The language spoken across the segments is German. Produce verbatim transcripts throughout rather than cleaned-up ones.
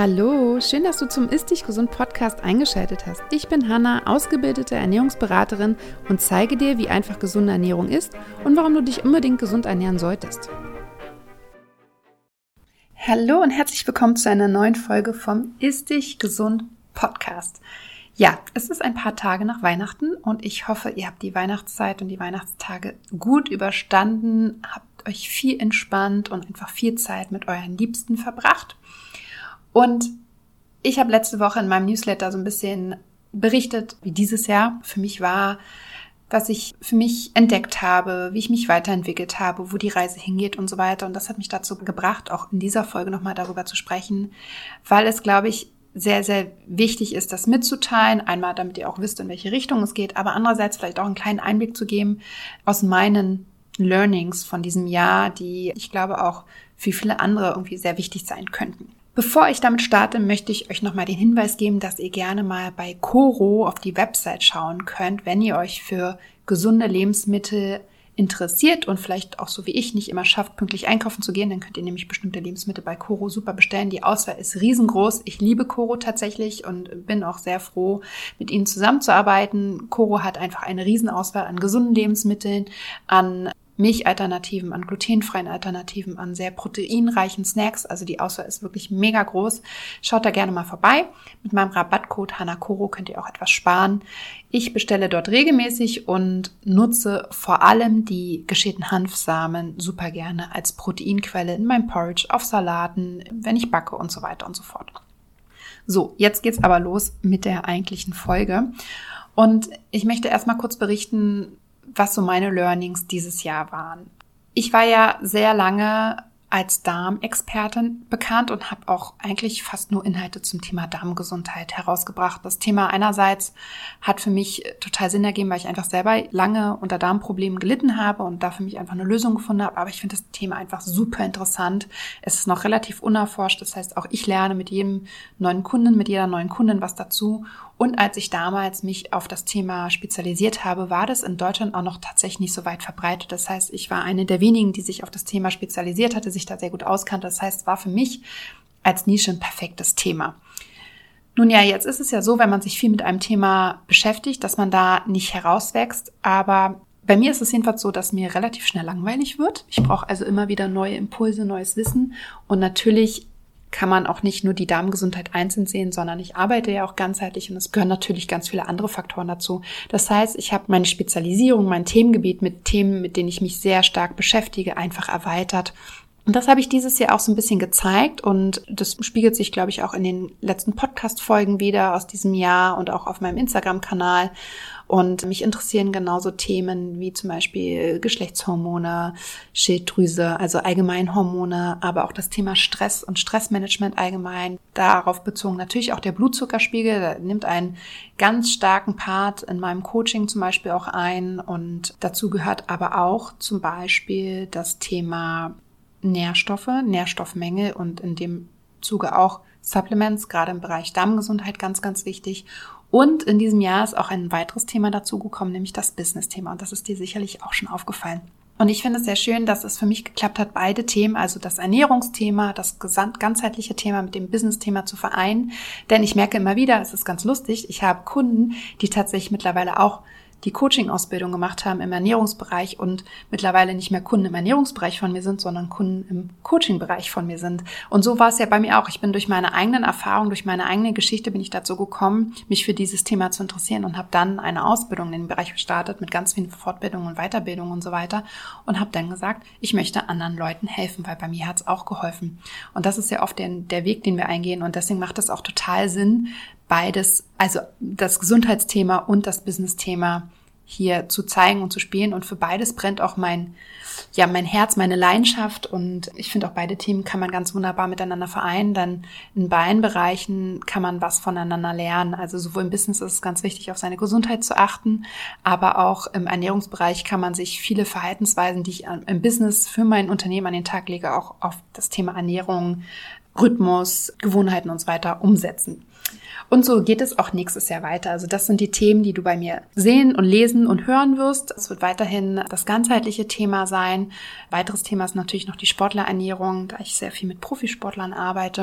Hallo, schön, dass du zum Ist Dich Gesund Podcast eingeschaltet hast. Ich bin Hanna, ausgebildete Ernährungsberaterin und zeige dir, wie einfach gesunde Ernährung ist und warum du dich unbedingt gesund ernähren solltest. Hallo und herzlich willkommen zu einer neuen Folge vom Ist Dich Gesund Podcast. Ja, es ist ein paar Tage nach Weihnachten und ich hoffe, ihr habt die Weihnachtszeit und die Weihnachtstage gut überstanden, habt euch viel entspannt und einfach viel Zeit mit euren Liebsten verbracht. Und ich habe letzte Woche in meinem Newsletter so ein bisschen berichtet, wie dieses Jahr für mich war, was ich für mich entdeckt habe, wie ich mich weiterentwickelt habe, wo die Reise hingeht und so weiter. Und das hat mich dazu gebracht, auch in dieser Folge nochmal darüber zu sprechen, weil es, glaube ich, sehr, sehr wichtig ist, das mitzuteilen. Einmal, damit ihr auch wisst, in welche Richtung es geht, aber andererseits vielleicht auch einen kleinen Einblick zu geben aus meinen Learnings von diesem Jahr, die ich glaube auch für viele andere irgendwie sehr wichtig sein könnten. Bevor ich damit starte, möchte ich euch nochmal den Hinweis geben, dass ihr gerne mal bei Coro auf die Website schauen könnt, wenn ihr euch für gesunde Lebensmittel interessiert und vielleicht auch so wie ich nicht immer schafft, pünktlich einkaufen zu gehen, dann könnt ihr nämlich bestimmte Lebensmittel bei Coro super bestellen. Die Auswahl ist riesengroß. Ich liebe Coro tatsächlich und bin auch sehr froh, mit ihnen zusammenzuarbeiten. Coro hat einfach eine Riesenauswahl an gesunden Lebensmitteln, an Milchalternativen, an glutenfreien Alternativen, an sehr proteinreichen Snacks. Also die Auswahl ist wirklich mega groß. Schaut da gerne mal vorbei. Mit meinem Rabattcode HANNACORO könnt ihr auch etwas sparen. Ich bestelle dort regelmäßig und nutze vor allem die geschälten Hanfsamen super gerne als Proteinquelle in meinem Porridge, auf Salaten, wenn ich backe und so weiter und so fort. So, jetzt geht's aber los mit der eigentlichen Folge. Und ich möchte erstmal kurz berichten, was so meine Learnings dieses Jahr waren. Ich war ja sehr lange als Darmexpertin bekannt und habe auch eigentlich fast nur Inhalte zum Thema Darmgesundheit herausgebracht. Das Thema einerseits hat für mich total Sinn ergeben, weil ich einfach selber lange unter Darmproblemen gelitten habe und da für mich einfach eine Lösung gefunden habe. Aber ich finde das Thema einfach super interessant. Es ist noch relativ unerforscht. Das heißt, auch ich lerne mit jedem neuen Kunden, mit jeder neuen Kundin was dazu. Und als ich damals mich auf das Thema spezialisiert habe, war das in Deutschland auch noch tatsächlich nicht so weit verbreitet. Das heißt, ich war eine der wenigen, die sich auf das Thema spezialisiert hatte, sich da sehr gut auskannte. Das heißt, war für mich als Nische ein perfektes Thema. Nun ja, jetzt ist es ja so, wenn man sich viel mit einem Thema beschäftigt, dass man da nicht herauswächst. Aber bei mir ist es jedenfalls so, dass mir relativ schnell langweilig wird. Ich brauche also immer wieder neue Impulse, neues Wissen. Und natürlich kann man auch nicht nur die Darmgesundheit einzeln sehen, sondern ich arbeite ja auch ganzheitlich und es gehören natürlich ganz viele andere Faktoren dazu. Das heißt, ich habe meine Spezialisierung, mein Themengebiet mit Themen, mit denen ich mich sehr stark beschäftige, einfach erweitert. Und das habe ich dieses Jahr auch so ein bisschen gezeigt und das spiegelt sich, glaube ich, auch in den letzten Podcast-Folgen wieder aus diesem Jahr und auch auf meinem Instagram-Kanal. Und mich interessieren genauso Themen wie zum Beispiel Geschlechtshormone, Schilddrüse, also allgemein Hormone, aber auch das Thema Stress und Stressmanagement allgemein. Darauf bezogen natürlich auch der Blutzuckerspiegel, der nimmt einen ganz starken Part in meinem Coaching zum Beispiel auch ein. Und dazu gehört aber auch zum Beispiel das Thema Nährstoffe, Nährstoffmängel und in dem Zuge auch Supplements, gerade im Bereich Darmgesundheit ganz, ganz wichtig. Und in diesem Jahr ist auch ein weiteres Thema dazugekommen, nämlich das Business-Thema. Und das ist dir sicherlich auch schon aufgefallen. Und ich finde es sehr schön, dass es für mich geklappt hat, beide Themen, also das Ernährungsthema, das gesamt ganzheitliche Thema mit dem Business-Thema zu vereinen. Denn ich merke immer wieder, es ist ganz lustig, ich habe Kunden, die tatsächlich mittlerweile auch die Coaching-Ausbildung gemacht haben im Ernährungsbereich und mittlerweile nicht mehr Kunden im Ernährungsbereich von mir sind, sondern Kunden im Coaching-Bereich von mir sind. Und so war es ja bei mir auch. Ich bin durch meine eigenen Erfahrungen, durch meine eigene Geschichte bin ich dazu gekommen, mich für dieses Thema zu interessieren und habe dann eine Ausbildung in dem Bereich gestartet mit ganz vielen Fortbildungen und Weiterbildungen und so weiter und habe dann gesagt, ich möchte anderen Leuten helfen, weil bei mir hat es auch geholfen. Und das ist ja oft der, der Weg, den wir eingehen und deswegen macht es auch total Sinn, beides, also das Gesundheitsthema und das Business-Thema hier zu zeigen und zu spielen. Und für beides brennt auch mein, ja, mein Herz, meine Leidenschaft. Und ich finde auch beide Themen kann man ganz wunderbar miteinander vereinen, denn in beiden Bereichen kann man was voneinander lernen. Also sowohl im Business ist es ganz wichtig, auf seine Gesundheit zu achten, aber auch im Ernährungsbereich kann man sich viele Verhaltensweisen, die ich im Business für mein Unternehmen an den Tag lege, auch auf das Thema Ernährung, Rhythmus, Gewohnheiten und so weiter umsetzen. Und so geht es auch nächstes Jahr weiter. Also das sind die Themen, die du bei mir sehen und lesen und hören wirst. Es wird weiterhin das ganzheitliche Thema sein. Weiteres Thema ist natürlich noch die Sportlerernährung, da ich sehr viel mit Profisportlern arbeite.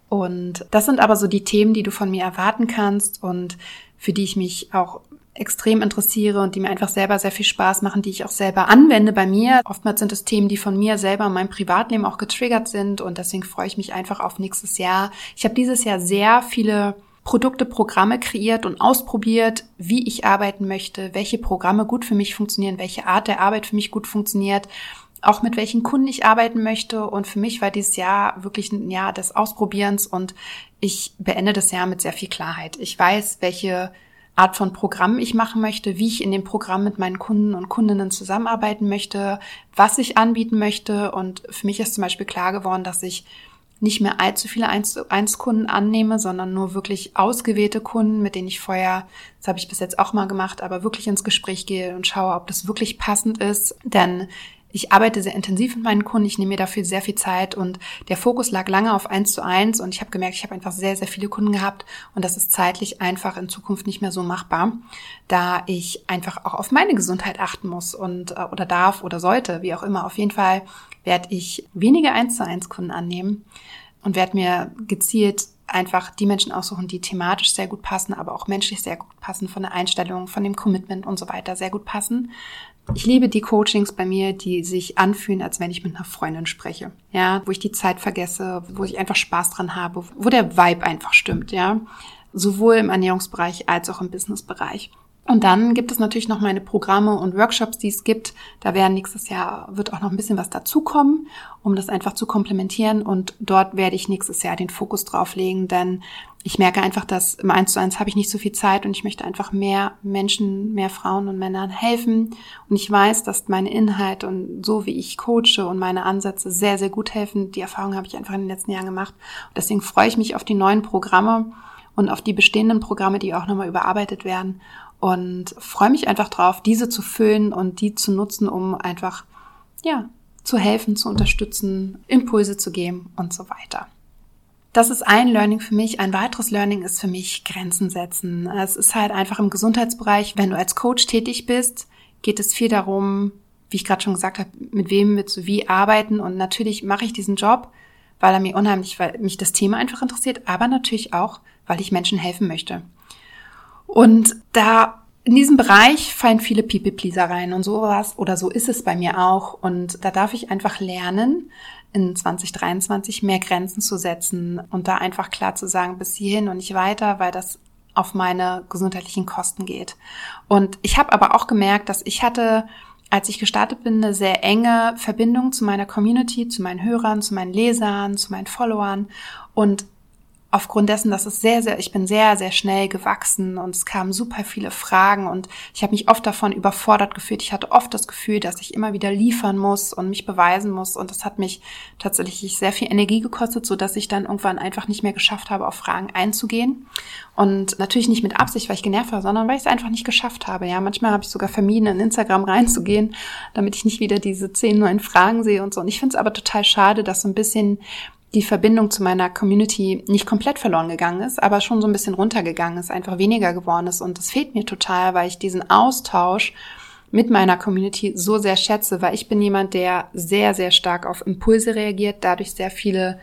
Und das sind aber so die Themen, die du von mir erwarten kannst und für die ich mich auch extrem interessiere und die mir einfach selber sehr viel Spaß machen, die ich auch selber anwende bei mir. Oftmals sind es Themen, die von mir selber in meinem Privatleben auch getriggert sind und deswegen freue ich mich einfach auf nächstes Jahr. Ich habe dieses Jahr sehr viele Produkte, Programme kreiert und ausprobiert, wie ich arbeiten möchte, welche Programme gut für mich funktionieren, welche Art der Arbeit für mich gut funktioniert, auch mit welchen Kunden ich arbeiten möchte. Und für mich war dieses Jahr wirklich ein Jahr des Ausprobierens und ich beende das Jahr mit sehr viel Klarheit. Ich weiß, welche Art von Programm ich machen möchte, wie ich in dem Programm mit meinen Kunden und Kundinnen zusammenarbeiten möchte, was ich anbieten möchte. Und für mich ist zum Beispiel klar geworden, dass ich nicht mehr allzu viele Eins-zu-eins-Kunden annehme, sondern nur wirklich ausgewählte Kunden, mit denen ich vorher, das habe ich bis jetzt auch mal gemacht, aber wirklich ins Gespräch gehe und schaue, ob das wirklich passend ist. Denn ich arbeite sehr intensiv mit meinen Kunden, ich nehme mir dafür sehr viel Zeit und der Fokus lag lange auf eins zu eins und ich habe gemerkt, ich habe einfach sehr, sehr viele Kunden gehabt und das ist zeitlich einfach in Zukunft nicht mehr so machbar, da ich einfach auch auf meine Gesundheit achten muss und oder darf oder sollte, wie auch immer. Auf jeden Fall werde ich weniger eins zu eins Kunden annehmen und werde mir gezielt einfach die Menschen aussuchen, die thematisch sehr gut passen, aber auch menschlich sehr gut passen, von der Einstellung, von dem Commitment und so weiter sehr gut passen. Ich liebe die Coachings bei mir, die sich anfühlen, als wenn ich mit einer Freundin spreche, ja, wo ich die Zeit vergesse, wo ich einfach Spaß dran habe, wo der Vibe einfach stimmt, ja, sowohl im Ernährungsbereich als auch im Businessbereich. Und dann gibt es natürlich noch meine Programme und Workshops, die es gibt. Da werden nächstes Jahr, wird auch noch ein bisschen was dazukommen, um das einfach zu komplementieren. Und dort werde ich nächstes Jahr den Fokus drauf legen, denn ich merke einfach, dass im eins zu eins habe ich nicht so viel Zeit und ich möchte einfach mehr Menschen, mehr Frauen und Männern helfen. Und ich weiß, dass meine Inhalte und so wie ich coache und meine Ansätze sehr, sehr gut helfen. Die Erfahrung habe ich einfach in den letzten Jahren gemacht. Und deswegen freue ich mich auf die neuen Programme und auf die bestehenden Programme, die auch nochmal überarbeitet werden. Und freue mich einfach drauf, diese zu füllen und die zu nutzen, um einfach, ja, zu helfen, zu unterstützen, Impulse zu geben und so weiter. Das ist ein Learning für mich. Ein weiteres Learning ist für mich Grenzen setzen. Es ist halt einfach im Gesundheitsbereich, wenn du als Coach tätig bist, geht es viel darum, wie ich gerade schon gesagt habe, mit wem willst du wie arbeiten. Und natürlich mache ich diesen Job, weil er mir unheimlich, weil mich das Thema einfach interessiert, aber natürlich auch, weil ich Menschen helfen möchte. Und da in diesem Bereich fallen viele People-Pleaser rein und sowas oder so ist es bei mir auch. Und da darf ich einfach lernen, in zwanzig dreiundzwanzig mehr Grenzen zu setzen und da einfach klar zu sagen, bis hierhin und nicht weiter, weil das auf meine gesundheitlichen Kosten geht. Und ich habe aber auch gemerkt, dass ich hatte, als ich gestartet bin, eine sehr enge Verbindung zu meiner Community, zu meinen Hörern, zu meinen Lesern, zu meinen Followern und aufgrund dessen, dass es sehr, sehr, ich bin sehr, sehr schnell gewachsen und es kamen super viele Fragen und ich habe mich oft davon überfordert gefühlt. Ich hatte oft das Gefühl, dass ich immer wieder liefern muss und mich beweisen muss und das hat mich tatsächlich sehr viel Energie gekostet, so dass ich dann irgendwann einfach nicht mehr geschafft habe, auf Fragen einzugehen und natürlich nicht mit Absicht, weil ich genervt war, sondern weil ich es einfach nicht geschafft habe. Ja, manchmal habe ich sogar vermieden, in Instagram reinzugehen, damit ich nicht wieder diese zehn neuen Fragen sehe und so. Und ich finde es aber total schade, dass so ein bisschen die Verbindung zu meiner Community nicht komplett verloren gegangen ist, aber schon so ein bisschen runtergegangen ist, einfach weniger geworden ist. Und das fehlt mir total, weil ich diesen Austausch mit meiner Community so sehr schätze, weil ich bin jemand, der sehr, sehr stark auf Impulse reagiert, dadurch sehr viele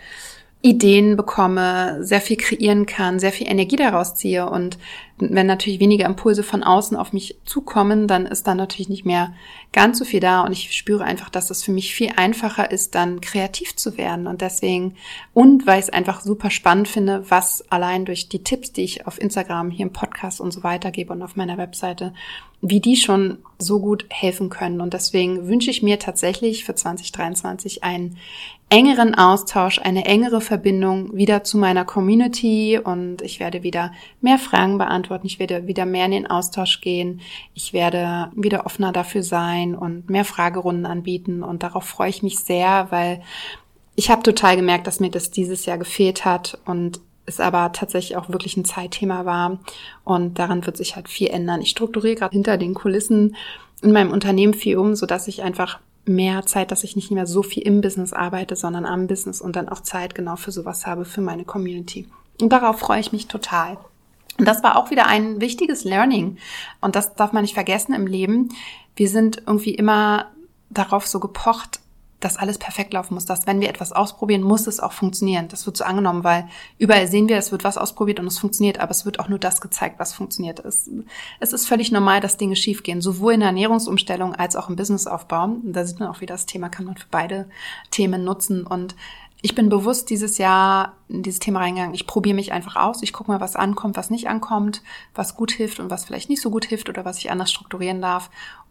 Ideen bekomme, sehr viel kreieren kann, sehr viel Energie daraus ziehe und wenn natürlich weniger Impulse von außen auf mich zukommen, dann ist dann natürlich nicht mehr ganz so viel da und ich spüre einfach, dass es für mich viel einfacher ist, dann kreativ zu werden und deswegen und weil ich es einfach super spannend finde, was allein durch die Tipps, die ich auf Instagram, hier im Podcast und so weiter gebe und auf meiner Webseite, wie die schon so gut helfen können und deswegen wünsche ich mir tatsächlich für zwanzig dreiundzwanzig einen engeren Austausch, eine engere Verbindung wieder zu meiner Community und ich werde wieder mehr Fragen beantworten, ich werde wieder mehr in den Austausch gehen, ich werde wieder offener dafür sein und mehr Fragerunden anbieten und darauf freue ich mich sehr, weil ich habe total gemerkt, dass mir das dieses Jahr gefehlt hat und es aber tatsächlich auch wirklich ein Zeitthema war und daran wird sich halt viel ändern. Ich strukturiere gerade hinter den Kulissen in meinem Unternehmen viel um, sodass ich einfach mehr Zeit, dass ich nicht mehr so viel im Business arbeite, sondern am Business und dann auch Zeit genau für sowas habe, für meine Community. Und darauf freue ich mich total. Und das war auch wieder ein wichtiges Learning. Und das darf man nicht vergessen im Leben. Wir sind irgendwie immer darauf so gepocht, dass alles perfekt laufen muss, dass wenn wir etwas ausprobieren, muss es auch funktionieren. Das wird so angenommen, weil überall sehen wir, es wird was ausprobiert und es funktioniert, aber es wird auch nur das gezeigt, was funktioniert. Es, es ist völlig normal, dass Dinge schiefgehen, sowohl in der Ernährungsumstellung als auch im Businessaufbau. Und da sieht man auch, wie das Thema kann man für beide Themen nutzen. Und ich bin bewusst dieses Jahr in dieses Thema reingegangen. Ich probiere mich einfach aus. Ich gucke mal, was ankommt, was nicht ankommt, was gut hilft und was vielleicht nicht so gut hilft oder was ich anders strukturieren darf.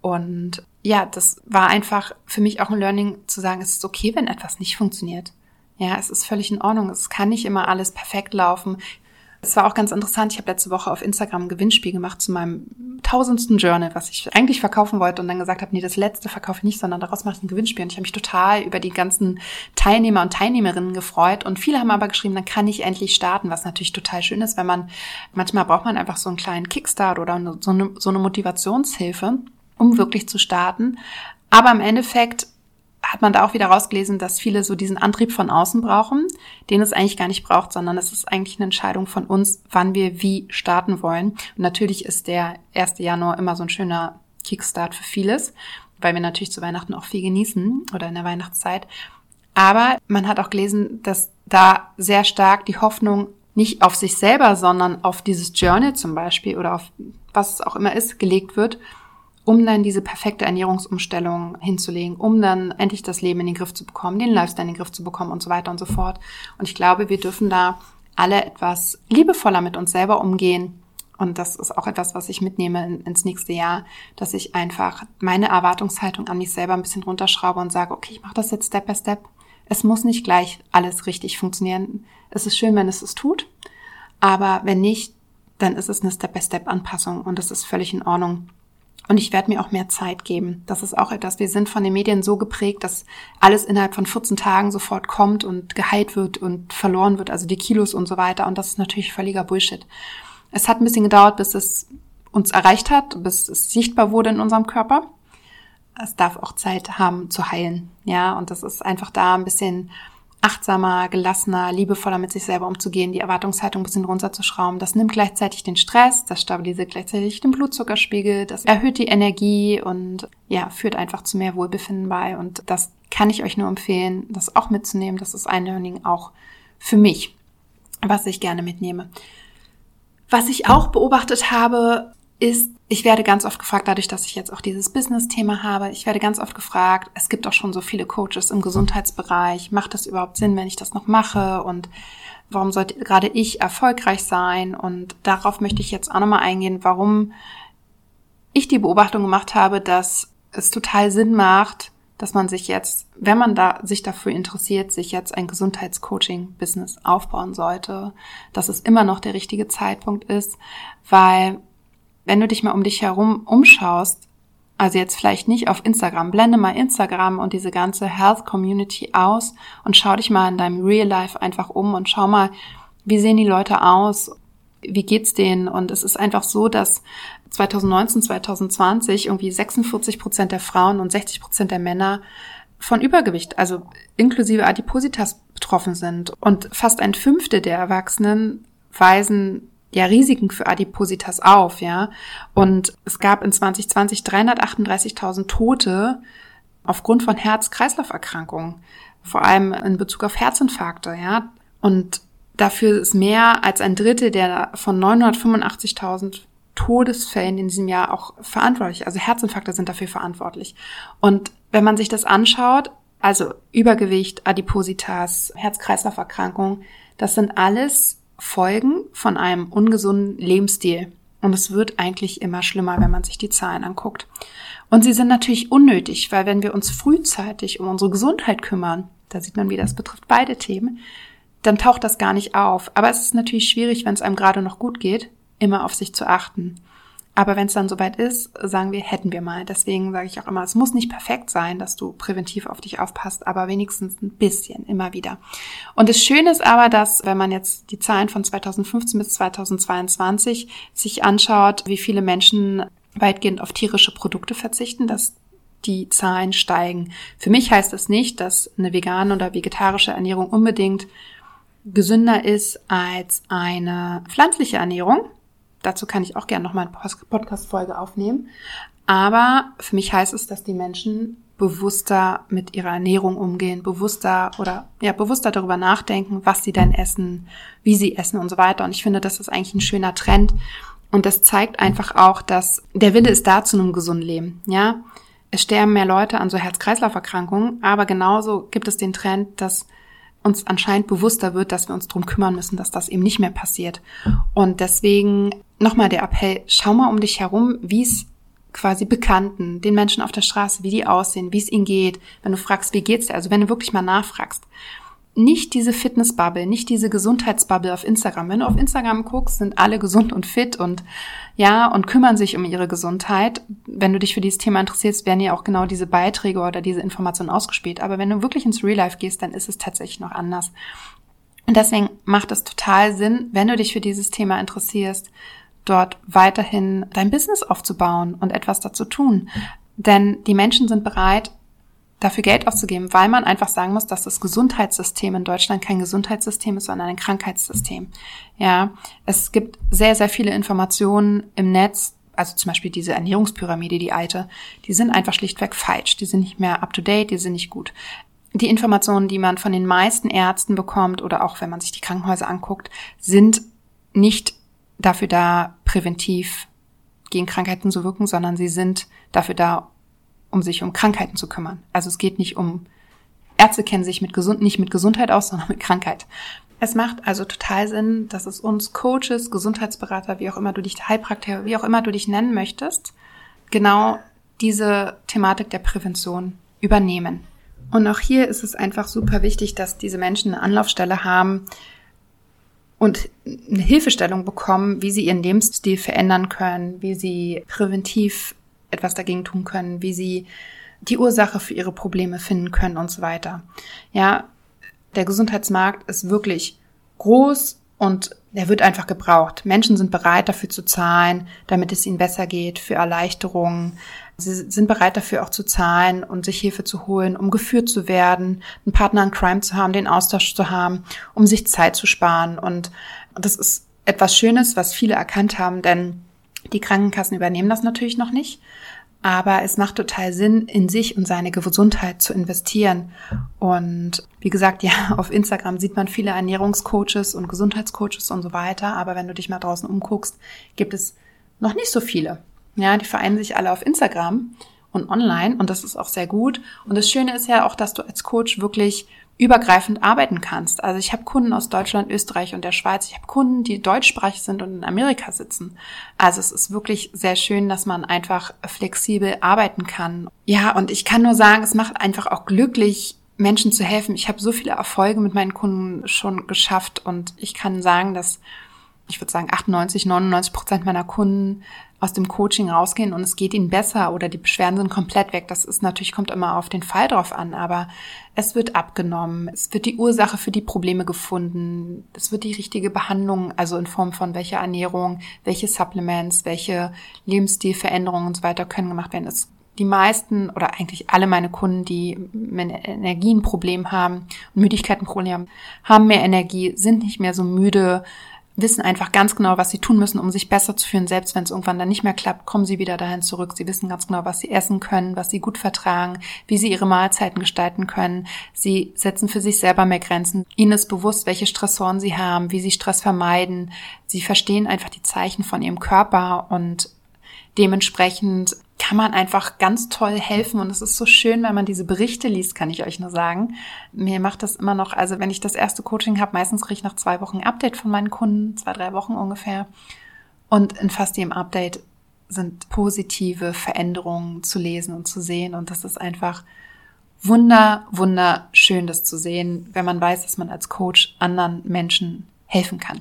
Und ja, das war einfach für mich auch ein Learning zu sagen, es ist okay, wenn etwas nicht funktioniert. Ja, es ist völlig in Ordnung. Es kann nicht immer alles perfekt laufen. Es war auch ganz interessant, ich habe letzte Woche auf Instagram ein Gewinnspiel gemacht zu meinem tausendsten Journal, was ich eigentlich verkaufen wollte und dann gesagt habe, nee, das letzte verkaufe ich nicht, sondern daraus mache ich ein Gewinnspiel. Und ich habe mich total über die ganzen Teilnehmer und Teilnehmerinnen gefreut und viele haben aber geschrieben, dann kann ich endlich starten, was natürlich total schön ist, wenn man, manchmal braucht man einfach so einen kleinen Kickstart oder so eine, so eine Motivationshilfe, um wirklich zu starten. Aber im Endeffekt hat man da auch wieder rausgelesen, dass viele so diesen Antrieb von außen brauchen, den es eigentlich gar nicht braucht, sondern es ist eigentlich eine Entscheidung von uns, wann wir wie starten wollen. Und natürlich ist der erste Januar immer so ein schöner Kickstart für vieles, weil wir natürlich zu Weihnachten auch viel genießen oder in der Weihnachtszeit. Aber man hat auch gelesen, dass da sehr stark die Hoffnung nicht auf sich selber, sondern auf dieses Journal zum Beispiel oder auf was es auch immer ist, gelegt wird, um dann diese perfekte Ernährungsumstellung hinzulegen, um dann endlich das Leben in den Griff zu bekommen, den Lifestyle in den Griff zu bekommen und so weiter und so fort. Und ich glaube, wir dürfen da alle etwas liebevoller mit uns selber umgehen. Und das ist auch etwas, was ich mitnehme ins nächste Jahr, dass ich einfach meine Erwartungshaltung an mich selber ein bisschen runterschraube und sage, okay, ich mache das jetzt Step by Step. Es muss nicht gleich alles richtig funktionieren. Es ist schön, wenn es es tut, aber wenn nicht, dann ist es eine Step by Step Anpassung und das ist völlig in Ordnung. Und ich werde mir auch mehr Zeit geben. Das ist auch etwas, wir sind von den Medien so geprägt, dass alles innerhalb von vierzehn Tagen sofort kommt und geheilt wird und verloren wird, also die Kilos und so weiter. Und das ist natürlich völliger Bullshit. Es hat ein bisschen gedauert, bis es uns erreicht hat, bis es sichtbar wurde in unserem Körper. Es darf auch Zeit haben zu heilen. Ja, und das ist einfach da ein bisschen achtsamer, gelassener, liebevoller mit sich selber umzugehen, die Erwartungshaltung ein bisschen runterzuschrauben. Das nimmt gleichzeitig den Stress, das stabilisiert gleichzeitig den Blutzuckerspiegel, das erhöht die Energie und ja, führt einfach zu mehr Wohlbefinden bei. Und das kann ich euch nur empfehlen, das auch mitzunehmen. Das ist ein Learning auch für mich, was ich gerne mitnehme. Was ich auch beobachtet habe, ist, ich werde ganz oft gefragt, dadurch, dass ich jetzt auch dieses Business-Thema habe, ich werde ganz oft gefragt, es gibt auch schon so viele Coaches im Gesundheitsbereich, macht das überhaupt Sinn, wenn ich das noch mache und warum sollte gerade ich erfolgreich sein? Und darauf möchte ich jetzt auch nochmal eingehen, warum ich die Beobachtung gemacht habe, dass es total Sinn macht, dass man sich jetzt, wenn man da sich dafür interessiert, sich jetzt ein Gesundheitscoaching-Business aufbauen sollte, dass es immer noch der richtige Zeitpunkt ist, weil wenn du dich mal um dich herum umschaust, also jetzt vielleicht nicht auf Instagram, blende mal Instagram und diese ganze Health Community aus und schau dich mal in deinem Real Life einfach um und schau mal, wie sehen die Leute aus, wie geht's denen? Und es ist einfach so, dass zwanzig neunzehn, zwanzig zwanzig irgendwie sechsundvierzig Prozent der Frauen und sechzig Prozent der Männer von Übergewicht, also inklusive Adipositas, betroffen sind. Und fast ein Fünftel der Erwachsenen weisen ja Risiken für Adipositas auf, ja. Und es gab in zwanzig zwanzig dreihundertachtunddreißigtausend Tote aufgrund von Herz-Kreislauf-Erkrankungen, vor allem in Bezug auf Herzinfarkte, ja. Und dafür ist mehr als ein Drittel der von neunhundertfünfundachtzigtausend Todesfällen in diesem Jahr auch verantwortlich. Also Herzinfarkte sind dafür verantwortlich. Und wenn man sich das anschaut, also Übergewicht, Adipositas, Herz-Kreislauf-Erkrankungen, das sind alles Folgen von einem ungesunden Lebensstil. Und es wird eigentlich immer schlimmer, wenn man sich die Zahlen anguckt. Und sie sind natürlich unnötig, weil wenn wir uns frühzeitig um unsere Gesundheit kümmern, da sieht man, wie das betrifft beide Themen, dann taucht das gar nicht auf. Aber es ist natürlich schwierig, wenn es einem gerade noch gut geht, immer auf sich zu achten. Aber wenn es dann soweit ist, sagen wir, hätten wir mal. Deswegen sage ich auch immer, es muss nicht perfekt sein, dass du präventiv auf dich aufpasst, aber wenigstens ein bisschen, immer wieder. Und das Schöne ist aber, dass, wenn man jetzt die Zahlen von zweitausendfünfzehn bis zweitausendzweiundzwanzig sich anschaut, wie viele Menschen weitgehend auf tierische Produkte verzichten, dass die Zahlen steigen. Für mich heißt das nicht, dass eine vegane oder vegetarische Ernährung unbedingt gesünder ist als eine pflanzliche Ernährung. Dazu kann ich auch gerne nochmal eine Podcast-Folge aufnehmen. Aber für mich heißt es, dass die Menschen bewusster mit ihrer Ernährung umgehen, bewusster oder ja bewusster darüber nachdenken, was sie denn essen, wie sie essen und so weiter. Und ich finde, das ist eigentlich ein schöner Trend. Und das zeigt einfach auch, dass der Wille ist da zu einem gesunden Leben. Ja, es sterben mehr Leute an so Herz-Kreislauf-Erkrankungen, aber genauso gibt es den Trend, dass uns anscheinend bewusster wird, dass wir uns drum kümmern müssen, dass das eben nicht mehr passiert. Und deswegen nochmal der Appell: Schau mal um dich herum, wie es quasi Bekannten, den Menschen auf der Straße, wie die aussehen, wie es ihnen geht. Wenn du fragst, wie geht's dir? Also wenn du wirklich mal nachfragst. Nicht diese Fitnessbubble, nicht diese Gesundheitsbubble auf Instagram. Wenn du auf Instagram guckst, sind alle gesund und fit und ja, und kümmern sich um ihre Gesundheit. Wenn du dich für dieses Thema interessierst, werden ja auch genau diese Beiträge oder diese Informationen ausgespielt. Aber wenn du wirklich ins Real Life gehst, dann ist es tatsächlich noch anders. Und deswegen macht es total Sinn, wenn du dich für dieses Thema interessierst, dort weiterhin dein Business aufzubauen und etwas dazu tun. Denn die Menschen sind bereit, dafür Geld auszugeben, weil man einfach sagen muss, dass das Gesundheitssystem in Deutschland kein Gesundheitssystem ist, sondern ein Krankheitssystem. Ja, es gibt sehr, sehr viele Informationen im Netz, also zum Beispiel diese Ernährungspyramide, die alte, die sind einfach schlichtweg falsch, die sind nicht mehr up to date, die sind nicht gut. Die Informationen, die man von den meisten Ärzten bekommt oder auch wenn man sich die Krankenhäuser anguckt, sind nicht dafür da, präventiv gegen Krankheiten zu wirken, sondern sie sind dafür da, um sich um Krankheiten zu kümmern. Also es geht nicht um, Ärzte kennen sich mit gesund, nicht mit Gesundheit aus, sondern mit Krankheit. Es macht also total Sinn, dass es uns Coaches, Gesundheitsberater, wie auch immer du dich, Heilpraktiker, wie auch immer du dich nennen möchtest, genau diese Thematik der Prävention übernehmen. Und auch hier ist es einfach super wichtig, dass diese Menschen eine Anlaufstelle haben und eine Hilfestellung bekommen, wie sie ihren Lebensstil verändern können, wie sie präventiv etwas dagegen tun können, wie sie die Ursache für ihre Probleme finden können und so weiter. Ja, der Gesundheitsmarkt ist wirklich groß und der wird einfach gebraucht. Menschen sind bereit, dafür zu zahlen, damit es ihnen besser geht, für Erleichterungen. Sie sind bereit, dafür auch zu zahlen und sich Hilfe zu holen, um geführt zu werden, einen Partner in Crime zu haben, den Austausch zu haben, um sich Zeit zu sparen. Und das ist etwas Schönes, was viele erkannt haben, denn die Krankenkassen übernehmen das natürlich noch nicht. Aber es macht total Sinn, in sich und seine Gesundheit zu investieren. Und wie gesagt, ja, auf Instagram sieht man viele Ernährungscoaches und Gesundheitscoaches und so weiter. Aber wenn du dich mal draußen umguckst, gibt es noch nicht so viele. Ja, die vereinen sich alle auf Instagram und online und das ist auch sehr gut. Und das Schöne ist ja auch, dass du als Coach wirklich übergreifend arbeiten kannst. Also ich habe Kunden aus Deutschland, Österreich und der Schweiz. Ich habe Kunden, die deutschsprachig sind und in Amerika sitzen. Also es ist wirklich sehr schön, dass man einfach flexibel arbeiten kann. Ja, und ich kann nur sagen, es macht einfach auch glücklich, Menschen zu helfen. Ich habe so viele Erfolge mit meinen Kunden schon geschafft und ich kann sagen, dass ich würde sagen achtundneunzig, neunundneunzig Prozent meiner Kunden aus dem Coaching rausgehen und es geht ihnen besser oder die Beschwerden sind komplett weg. Das ist natürlich, kommt immer auf den Fall drauf an, aber es wird abgenommen, es wird die Ursache für die Probleme gefunden, es wird die richtige Behandlung, also in Form von welcher Ernährung, welche Supplements, welche Lebensstilveränderungen und so weiter können gemacht werden. Es, die meisten oder eigentlich alle meine Kunden, die ein Energienproblem haben und Müdigkeitenproblem haben, haben mehr Energie, sind nicht mehr so müde, wissen einfach ganz genau, was sie tun müssen, um sich besser zu fühlen. Selbst wenn es irgendwann dann nicht mehr klappt, kommen sie wieder dahin zurück. Sie wissen ganz genau, was sie essen können, was sie gut vertragen, wie sie ihre Mahlzeiten gestalten können. Sie setzen für sich selber mehr Grenzen. Ihnen ist bewusst, welche Stressoren sie haben, wie sie Stress vermeiden. Sie verstehen einfach die Zeichen von ihrem Körper und dementsprechend kann man einfach ganz toll helfen und es ist so schön, wenn man diese Berichte liest, kann ich euch nur sagen. Mir macht das immer noch, also wenn ich das erste Coaching habe, meistens kriege ich nach zwei Wochen ein Update von meinen Kunden, zwei, drei Wochen ungefähr und in fast jedem Update sind positive Veränderungen zu lesen und zu sehen und das ist einfach wunder, wunderschön, das zu sehen, wenn man weiß, dass man als Coach anderen Menschen helfen kann.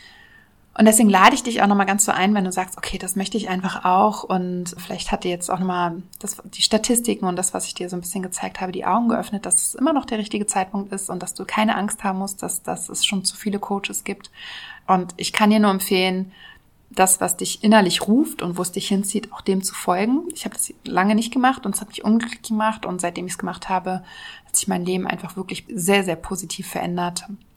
Und deswegen lade ich dich auch nochmal ganz so ein, wenn du sagst, okay, das möchte ich einfach auch und vielleicht hat dir jetzt auch nochmal das, die Statistiken und das, was ich dir so ein bisschen gezeigt habe, die Augen geöffnet, dass es immer noch der richtige Zeitpunkt ist und dass du keine Angst haben musst, dass, dass es schon zu viele Coaches gibt. Und ich kann dir nur empfehlen, das, was dich innerlich ruft und wo es dich hinzieht, auch dem zu folgen. Ich habe das lange nicht gemacht und es hat mich unglücklich gemacht und seitdem ich es gemacht habe, hat sich mein Leben einfach wirklich sehr, sehr positiv verändert.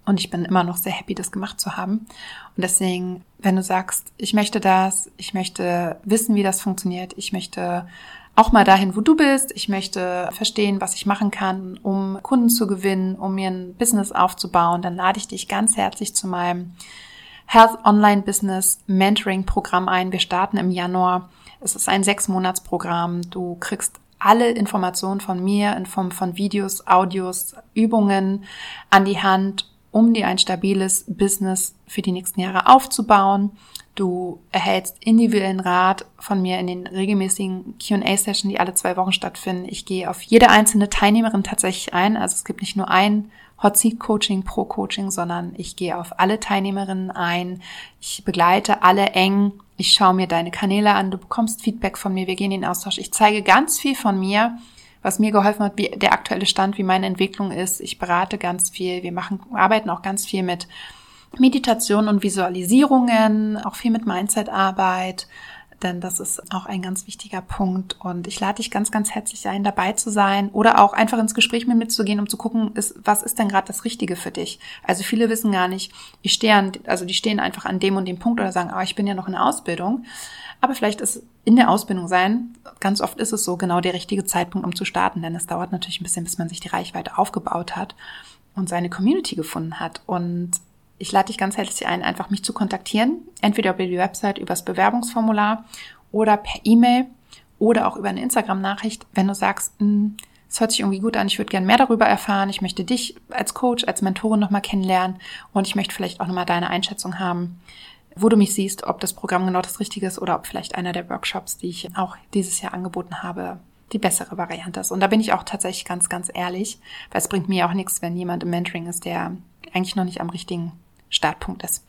Und ich bin immer noch sehr happy, das gemacht zu haben. Und deswegen, wenn du sagst, ich möchte das, ich möchte wissen, wie das funktioniert, ich möchte auch mal dahin, wo du bist, ich möchte verstehen, was ich machen kann, um Kunden zu gewinnen, um mir ein Business aufzubauen, dann lade ich dich ganz herzlich zu meinem Health Online Business Mentoring Programm ein. Wir starten im Januar. Es ist ein Sechs-Monats-Programm. Du kriegst alle Informationen von mir in Form von Videos, Audios, Übungen an die Hand, um dir ein stabiles Business für die nächsten Jahre aufzubauen. Du erhältst individuellen Rat von mir in den regelmäßigen Q and A-Sessions, die alle zwei Wochen stattfinden. Ich gehe auf jede einzelne Teilnehmerin tatsächlich ein. Also es gibt nicht nur ein Hot Seat Coaching pro Coaching, sondern ich gehe auf alle Teilnehmerinnen ein. Ich begleite alle eng. Ich schaue mir deine Kanäle an. Du bekommst Feedback von mir. Wir gehen in den Austausch. Ich zeige ganz viel von mir, was mir geholfen hat, wie der aktuelle Stand, wie meine Entwicklung ist. Ich berate ganz viel. Wir machen, arbeiten auch ganz viel mit Meditation und Visualisierungen, auch viel mit Mindset-Arbeit, denn das ist auch ein ganz wichtiger Punkt. Und ich lade dich ganz, ganz herzlich ein, dabei zu sein oder auch einfach ins Gespräch mit mir zu gehen, um zu gucken, ist, was ist denn gerade das Richtige für dich? Also viele wissen gar nicht, ich stehe an, also die stehen einfach an dem und dem Punkt oder sagen, ah, ich bin ja noch in der Ausbildung. Aber vielleicht ist in der Ausbildung sein, ganz oft ist es so, genau der richtige Zeitpunkt, um zu starten, denn es dauert natürlich ein bisschen, bis man sich die Reichweite aufgebaut hat und seine Community gefunden hat. Und ich lade dich ganz herzlich ein, einfach mich zu kontaktieren, entweder über die Website, über das Bewerbungsformular oder per E-Mail oder auch über eine Instagram-Nachricht, wenn du sagst, es hört sich irgendwie gut an, ich würde gerne mehr darüber erfahren, ich möchte dich als Coach, als Mentorin nochmal kennenlernen und ich möchte vielleicht auch nochmal deine Einschätzung haben, wo du mich siehst, ob das Programm genau das Richtige ist oder ob vielleicht einer der Workshops, die ich auch dieses Jahr angeboten habe, die bessere Variante ist. Und da bin ich auch tatsächlich ganz, ganz ehrlich, weil es bringt mir auch nichts, wenn jemand im Mentoring ist, der eigentlich noch nicht am richtigen Startpunkt ist.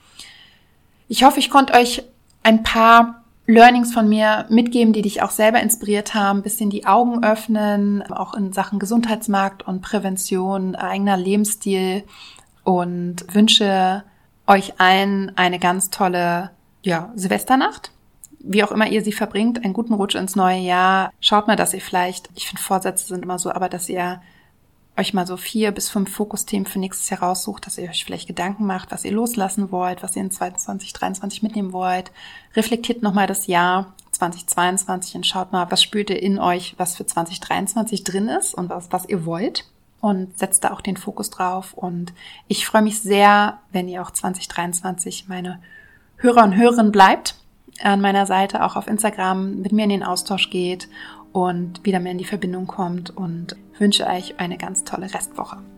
Ich hoffe, ich konnte euch ein paar Learnings von mir mitgeben, die dich auch selber inspiriert haben, ein bisschen die Augen öffnen, auch in Sachen Gesundheitsmarkt und Prävention, eigener Lebensstil und wünsche euch allen eine ganz tolle, ja, Silvesternacht. Wie auch immer ihr sie verbringt, einen guten Rutsch ins neue Jahr. Schaut mal, dass ihr vielleicht, ich finde Vorsätze sind immer so, aber dass ihr euch mal so vier bis fünf Fokusthemen für nächstes Jahr raussucht, dass ihr euch vielleicht Gedanken macht, was ihr loslassen wollt, was ihr in zwanzig dreiundzwanzig mitnehmen wollt. Reflektiert nochmal das Jahr zwanzig zweiundzwanzig und schaut mal, was spürt ihr in euch, was für zwanzig dreiundzwanzig drin ist und was, was ihr wollt. Und setzt da auch den Fokus drauf. Und ich freue mich sehr, wenn ihr auch zwanzig dreiundzwanzig meine Hörer und Hörerinnen bleibt, an meiner Seite auch auf Instagram mit mir in den Austausch geht und wieder mehr in die Verbindung kommt und wünsche euch eine ganz tolle Restwoche.